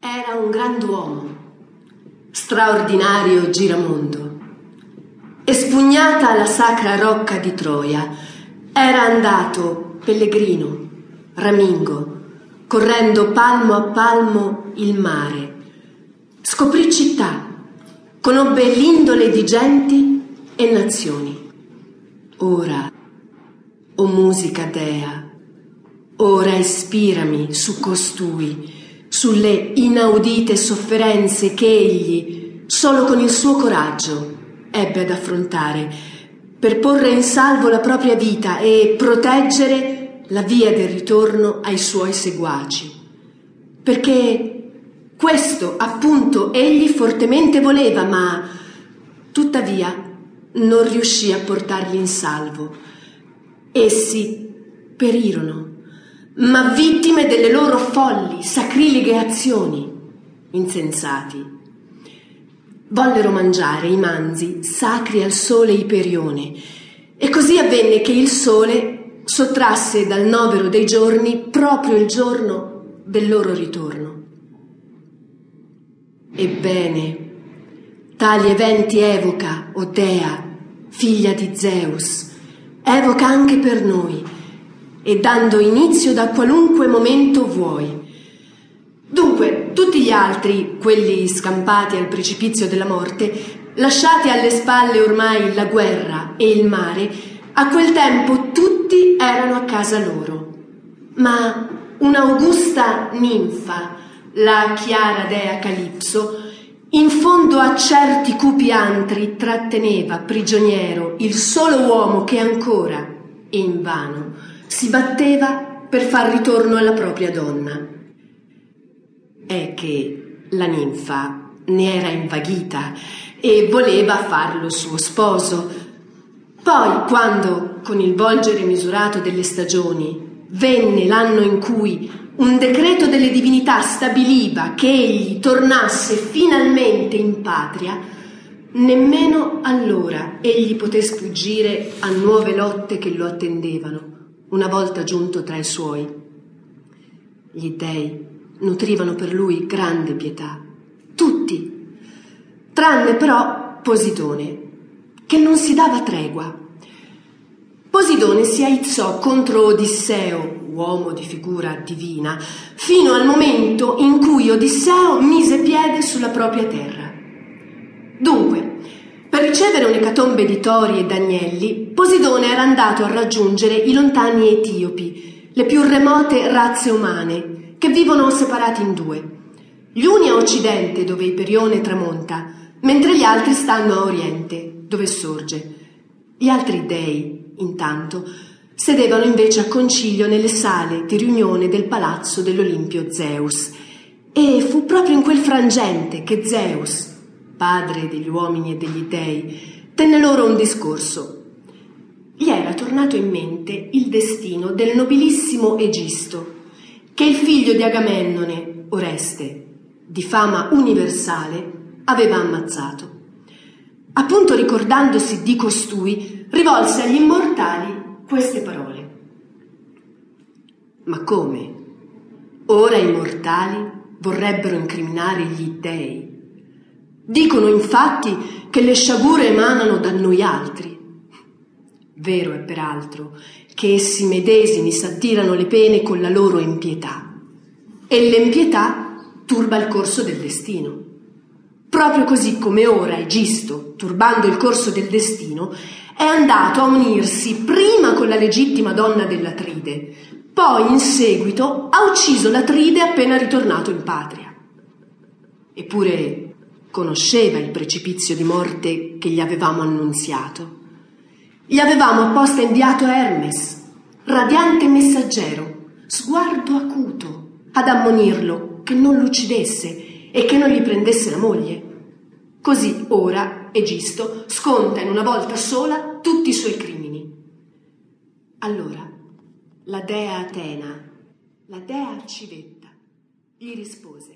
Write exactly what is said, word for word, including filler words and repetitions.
Era un grand'uomo, straordinario giramondo. Espugnata la sacra rocca di Troia, era andato pellegrino, ramingo, correndo palmo a palmo il mare. Scoprì città, conobbe l'indole di genti e nazioni. Ora, o musica dea, ora ispirami su costui, sulle inaudite sofferenze che egli, solo con il suo coraggio, ebbe ad affrontare per porre in salvo la propria vita e proteggere la via del ritorno ai suoi seguaci. Perché questo, appunto, egli fortemente voleva, ma tuttavia non riuscì a portarli in salvo. Essi perirono, ma vittime delle loro folli, sacrileghe azioni. Insensati. Vollero mangiare i manzi sacri al sole Iperione, e così avvenne che il sole sottrasse dal novero dei giorni proprio il giorno del loro ritorno. Ebbene, tali eventi evoca, o Dea, figlia di Zeus, evoca anche per noi, e dando inizio da qualunque momento vuoi. Dunque, tutti gli altri, quelli scampati al precipizio della morte, lasciati alle spalle ormai la guerra e il mare, a quel tempo tutti erano a casa loro. Ma un'augusta ninfa, la chiara dea Calipso, in fondo a certi cupi antri tratteneva prigioniero il solo uomo che ancora, e invano, si batteva per far ritorno alla propria donna. È che la ninfa ne era invaghita e voleva farlo suo sposo. Poi, quando, con il volgere misurato delle stagioni, venne l'anno in cui un decreto delle divinità stabiliva che egli tornasse finalmente in patria, nemmeno allora egli poté sfuggire a nuove lotte che lo attendevano, una volta giunto tra i suoi. Gli dei nutrivano per lui grande pietà, tutti, tranne però Posidone, che non si dava tregua. Posidone si aizzò contro Odisseo, uomo di figura divina, fino al momento in cui Odisseo mise piede sulla propria terra. Dunque, per ricevere un'ecatombe di tori e d'agnelli, Posidone era andato a raggiungere i lontani etiopi, le più remote razze umane, che vivono separati in due. Gli uni a occidente, dove Iperione tramonta, mentre gli altri stanno a oriente, dove sorge. Gli altri dei, intanto, sedevano invece a concilio nelle sale di riunione del palazzo dell'Olimpio Zeus, e fu proprio in quel frangente che Zeus, padre degli uomini e degli dei, tenne loro un discorso. Gli era tornato in mente il destino del nobilissimo Egisto, che il figlio di Agamennone, Oreste, di fama universale, aveva ammazzato. Appunto ricordandosi di costui, rivolse agli immortali queste parole. Ma come? Ora i mortali vorrebbero incriminare gli dei. Dicono infatti che le sciagure emanano da noi altri. Vero è peraltro che essi medesimi s'attirano le pene con la loro impietà, e l'impietà turba il corso del destino. Proprio così come ora Egisto, turbando il corso del destino, è andato a unirsi prima con la legittima donna dell'Atride, poi in seguito ha ucciso l'Atride appena ritornato in patria. Eppure conosceva il precipizio di morte che gli avevamo annunziato. Gli avevamo apposta inviato Hermes, radiante messaggero, sguardo acuto, ad ammonirlo che non l'uccidesse e che non gli prendesse la moglie. Così ora Egisto sconta in una volta sola tutti i suoi crimini. Allora la dea Atena, la dea Civetta, gli rispose: